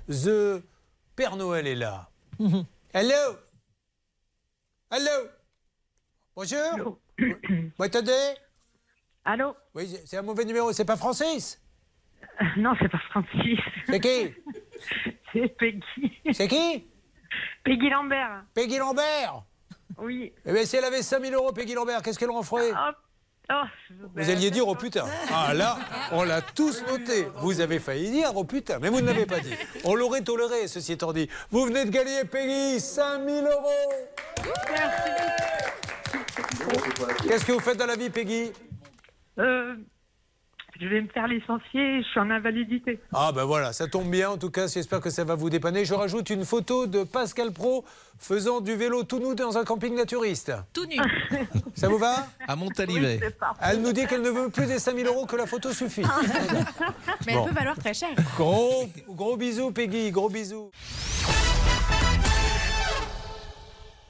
The Père Noël est là. Hello. Hello. Bonjour. Allô. Vous m'entendez? Allô? Oui, c'est un mauvais numéro. C'est pas Francis? Non, c'est pas Francis. C'est qui? C'est Peggy. C'est qui? Peggy Lambert. Peggy Lambert. Oui. Eh bien, si elle avait 5 000 euros, Peggy Lambert, qu'est-ce qu'elle en ferait? Hop. Oh, Vous alliez dire oh putain. Ah là, on l'a tous noté. Vous avez failli dire oh putain, mais vous ne l'avez pas dit. On l'aurait toléré, ceci étant dit. Vous venez de gagner, Peggy, 5 000 euros. Merci. Qu'est-ce que vous faites dans la vie, Peggy? Je vais me faire licencier, je suis en invalidité. Ah ben voilà, ça tombe bien. En tout cas, j'espère que ça va vous dépanner. Je rajoute une photo de Pascal Pro faisant du vélo tout nu dans un camping naturiste. Tout nu. Ça vous va? À Montalivet. Oui, c'est parfait. Elle nous dit qu'elle ne veut plus des 5 000 euros, que la photo suffit. Mais Bon. elle peut valoir très cher. Gros bisous, Peggy, gros bisous.